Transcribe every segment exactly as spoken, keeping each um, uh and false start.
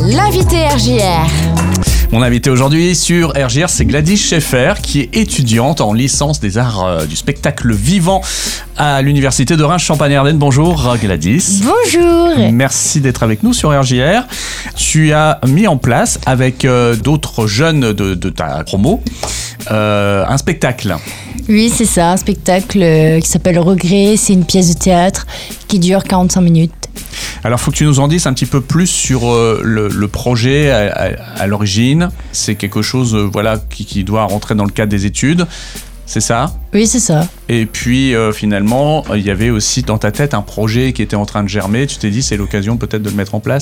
L'invité R J R. Mon invité aujourd'hui sur R J R, c'est Gladys Schaeffer, qui est étudiante en licence des arts euh, du spectacle vivant à l'université de Reims-Champagne-Ardenne. Bonjour Gladys. Bonjour. Merci d'être avec nous sur R J R. Tu as mis en place avec euh, d'autres jeunes de, de ta promo euh, un spectacle. Oui, c'est ça, un spectacle euh, qui s'appelle Regret. C'est une pièce de théâtre qui dure quarante-cinq minutes. Alors, il faut que tu nous en dises un petit peu plus sur euh, le, le projet à, à, à l'origine. C'est quelque chose euh, voilà, qui, qui doit rentrer dans le cadre des études, c'est ça ? Oui, c'est ça. Et puis, euh, finalement, il y avait aussi dans ta tête un projet qui était en train de germer. Tu t'es dit, c'est l'occasion peut-être de le mettre en place ?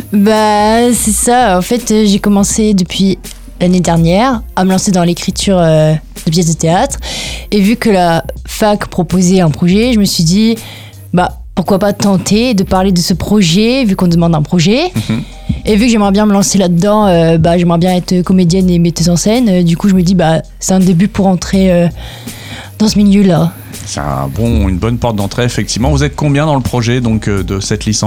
Bah, c'est ça. En fait, euh, j'ai commencé depuis l'année dernière à me lancer dans l'écriture euh, de pièces de théâtre. Et vu que la fac proposait un projet, je me suis dit, bah, pourquoi pas tenter de parler de ce projet, vu qu'on demande un projet. Mmh. Et vu que j'aimerais bien me lancer là-dedans, euh, bah, j'aimerais bien être comédienne et metteuse en scène. Euh, du coup, je me dis, bah, c'est un début pour entrer euh, dans ce milieu-là. C'est un bon, une bonne porte d'entrée, effectivement. Vous êtes combien dans le projet donc, euh, de cette licence ?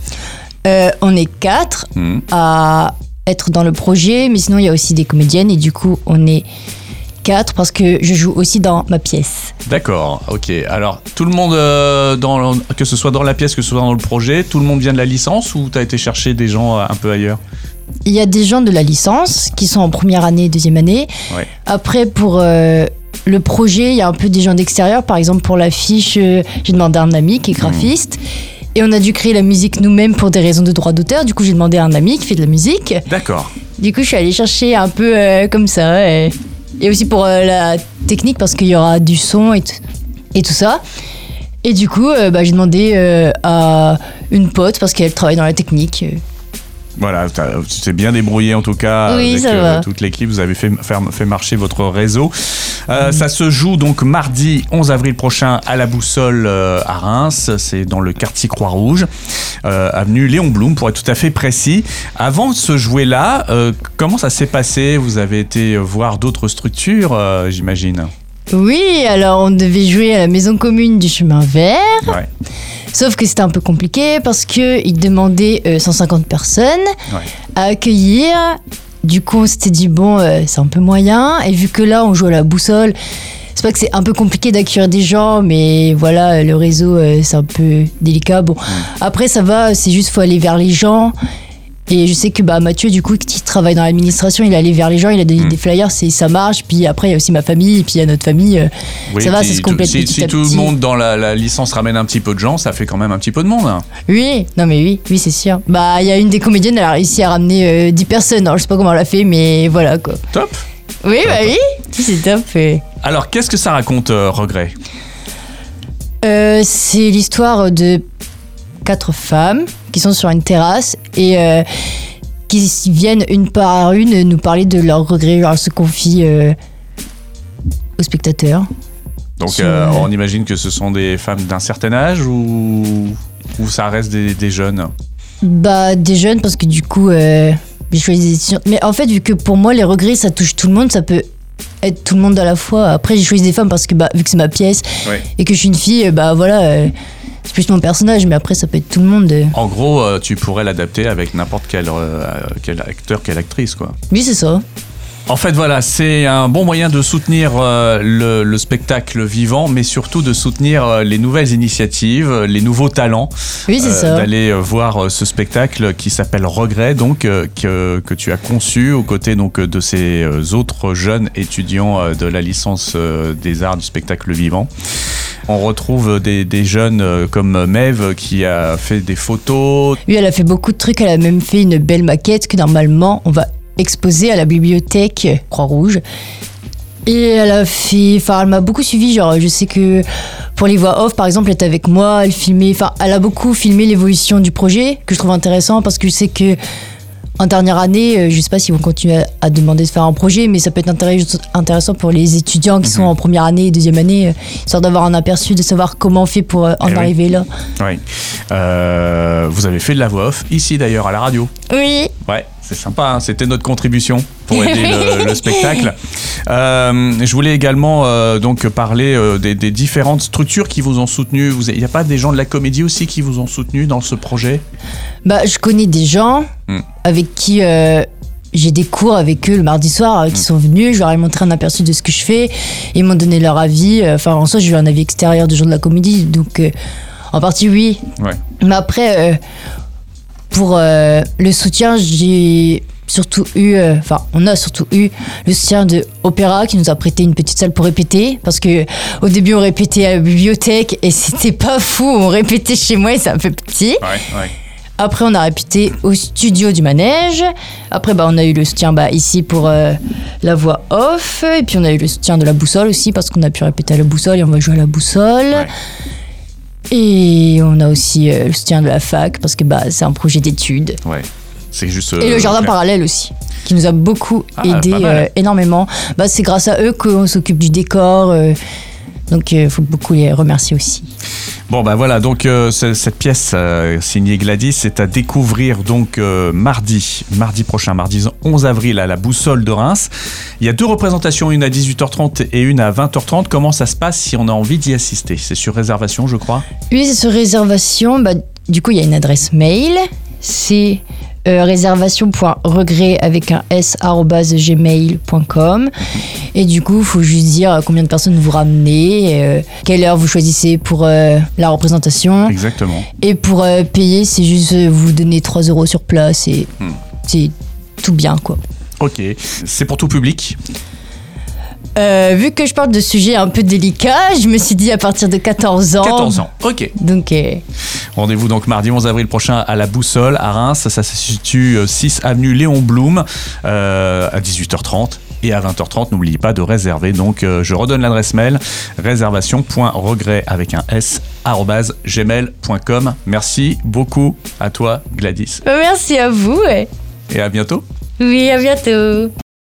euh, On est quatre mmh. à être dans le projet, mais sinon, il y a aussi des comédiennes. Et du coup, on est quatre parce que je joue aussi dans ma pièce. D'accord, ok. Alors, tout le monde, euh, dans, que ce soit dans la pièce, que ce soit dans le projet, tout le monde vient de la licence ou tu as été chercher des gens un peu ailleurs ? Il y a des gens de la licence qui sont en première année, deuxième année. Ouais. Après, pour euh, le projet, il y a un peu des gens d'extérieur. Par exemple, pour l'affiche, euh, j'ai demandé à un ami qui est graphiste. Mmh. Et on a dû créer la musique nous-mêmes pour des raisons de droit d'auteur. Du coup, j'ai demandé à un ami qui fait de la musique. D'accord. Du coup, je suis allée chercher un peu euh, comme ça. Et... Et aussi pour euh, la technique, parce qu'il y aura du son et, t- et tout ça. Et du coup, euh, bah, j'ai demandé euh, à une pote, parce qu'elle travaille dans la technique. Voilà, tu t'es bien débrouillé en tout cas oui, avec euh, toute l'équipe. Vous avez fait, fait, fait marcher votre réseau. Euh, mmh. Ça se joue donc mardi onze avril prochain à la Boussole euh, à Reims. C'est dans le quartier Croix-Rouge, euh, avenue Léon Blum pour être tout à fait précis. Avant de se jouer là, euh, comment ça s'est passé ? Vous avez été voir d'autres structures, euh, j'imagine ? Oui, alors on devait jouer à la maison commune du chemin vert. Ouais. Sauf que c'était un peu compliqué parce qu'ils demandaient euh, cent cinquante personnes ouais. à accueillir. Du coup, on s'était dit, bon, euh, c'est un peu moyen. Et vu que là, on joue à la Boussole, c'est pas que c'est un peu compliqué d'accueillir des gens, mais voilà, le réseau, euh, c'est un peu délicat. Bon, mmh. Après, ça va, c'est juste, faut aller vers les gens. Et je sais que bah, Mathieu, du coup, qui travaille dans l'administration, il est allé vers les gens, il a donné mmh. des flyers, c'est, ça marche. Puis après, il y a aussi ma famille, et puis il y a notre famille. Euh, oui, ça va, ça se complète si, petit si à tout petit. le monde dans la, la licence ramène un petit peu de gens, ça fait quand même un petit peu de monde. Hein. Oui, non mais oui, oui c'est sûr. Bah, il y a une des comédiennes, elle a réussi à ramener euh, dix personnes. Alors, je sais pas comment elle a fait, mais voilà quoi. Top. Oui, top. bah oui, c'est top. Et... Alors, qu'est-ce que ça raconte, euh, Regret ? euh, C'est l'histoire de quatre femmes qui sont sur une terrasse et... Euh, qui viennent une par une nous parler de leurs regrets, genre se confient euh, aux spectateurs. Donc sur, euh, on imagine que ce sont des femmes d'un certain âge ou, ou ça reste des, des jeunes ? Bah des jeunes parce que du coup euh, j'ai choisi des étudiants. Mais en fait vu que pour moi les regrets ça touche tout le monde, ça peut être tout le monde à la fois. Après j'ai choisi des femmes parce que bah, vu que c'est ma pièce ouais. et que je suis une fille, bah voilà... Euh, c'est plus mon personnage, mais après, ça peut être tout le monde. En gros, euh, tu pourrais l'adapter avec n'importe quel, euh, quel acteur, quelle actrice, quoi. Oui, c'est ça. En fait, voilà, c'est un bon moyen de soutenir euh, le, le spectacle vivant, mais surtout de soutenir euh, les nouvelles initiatives, les nouveaux talents. Oui, c'est euh, ça. D'aller euh, voir euh, ce spectacle qui s'appelle Regret, donc, euh, que, que tu as conçu aux côtés donc, de ces euh, autres jeunes étudiants euh, de la licence euh, des arts du spectacle vivant. On retrouve des, des jeunes euh, comme Maeve qui a fait des photos. Oui, elle a fait beaucoup de trucs. Elle a même fait une belle maquette que normalement, on va exposée à la bibliothèque Croix-Rouge. Et elle a fait, enfin, elle m'a beaucoup suivi. Genre, je sais que pour les voix off, par exemple, elle était avec moi, elle filmait, enfin, elle a beaucoup filmé l'évolution du projet, que je trouve intéressant parce que je sais que en dernière année, je sais pas s'ils vont continuer à, à demander de faire un projet, mais ça peut être intéressant pour les étudiants qui mmh. sont en première année et deuxième année, histoire d'avoir un aperçu, de savoir comment on fait pour en eh arriver oui. là. Oui. Euh, vous avez fait de la voix off, ici d'ailleurs, à la radio. Oui. Ouais, c'est sympa, hein, c'était notre contribution pour aider le, le spectacle. Euh, je voulais également euh, donc parler euh, des, des différentes structures qui vous ont soutenu. Il n'y a pas des gens de la comédie aussi qui vous ont soutenu dans ce projet ? Bah, je connais des gens mm. avec qui euh, j'ai des cours avec eux le mardi soir, euh, qui mm. sont venus. Je leur ai montré un aperçu de ce que je fais. Ils m'ont donné leur avis. Enfin, en soi, j'ai eu un avis extérieur de gens de la comédie. Donc, euh, en partie, oui. Ouais. Mais après, euh, pour euh, le soutien, j'ai surtout eu, enfin, euh, on a surtout eu le soutien de Opéra qui nous a prêté une petite salle pour répéter. Parce que au début, on répétait à la bibliothèque et c'était pas fou. On répétait chez moi et c'est un peu petit. Ouais, ouais. Après, on a répété au studio du manège. Après, bah, on a eu le soutien bah, ici pour euh, la voix off. Et puis, on a eu le soutien de la boussole aussi parce qu'on a pu répéter à la boussole et on va jouer à la boussole. Ouais. Et on a aussi euh, le soutien de la fac parce que bah, c'est un projet d'études. Ouais. C'est juste, euh, et le jardin clair. parallèle aussi, qui nous a beaucoup ah, aidé euh, énormément. Bah, c'est grâce à eux qu'on s'occupe du décor. Euh, donc, il euh, faut beaucoup les remercier aussi. Bon ben voilà, donc euh, cette pièce euh, signée Gladys, c'est à découvrir donc euh, mardi, mardi prochain, mardi onze avril à la Boussole de Reims. Il y a deux représentations, une à dix-huit heures trente et une à vingt heures trente. Comment ça se passe si on a envie d'y assister ? C'est sur réservation, je crois ? Oui, c'est sur réservation. Bah, du coup, il y a une adresse mail. C'est euh, réservation point regret avec un s arobase gmail point com. Et du coup, il faut juste dire combien de personnes vous ramenez, euh, quelle heure vous choisissez pour euh, la représentation. Exactement. Et pour euh, payer, c'est juste euh, vous donner trois euros sur place et hmm. c'est tout bien, quoi. Ok. C'est pour tout public ? Euh, vu que je parle de sujets un peu délicats, je me suis dit à partir de quatorze ans. quatorze ans, ok. Donc, euh... rendez-vous donc mardi onze avril prochain à la Boussole à Reims. Ça se situe six avenue Léon Blum euh, à dix-huit heures trente. Et à vingt heures trente, n'oubliez pas de réserver. Donc, euh, je redonne l'adresse mail réservation point regret avec un s arobase gmail point com. Merci beaucoup à toi, Gladys. Merci à vous. Ouais. Et à bientôt. Oui, à bientôt.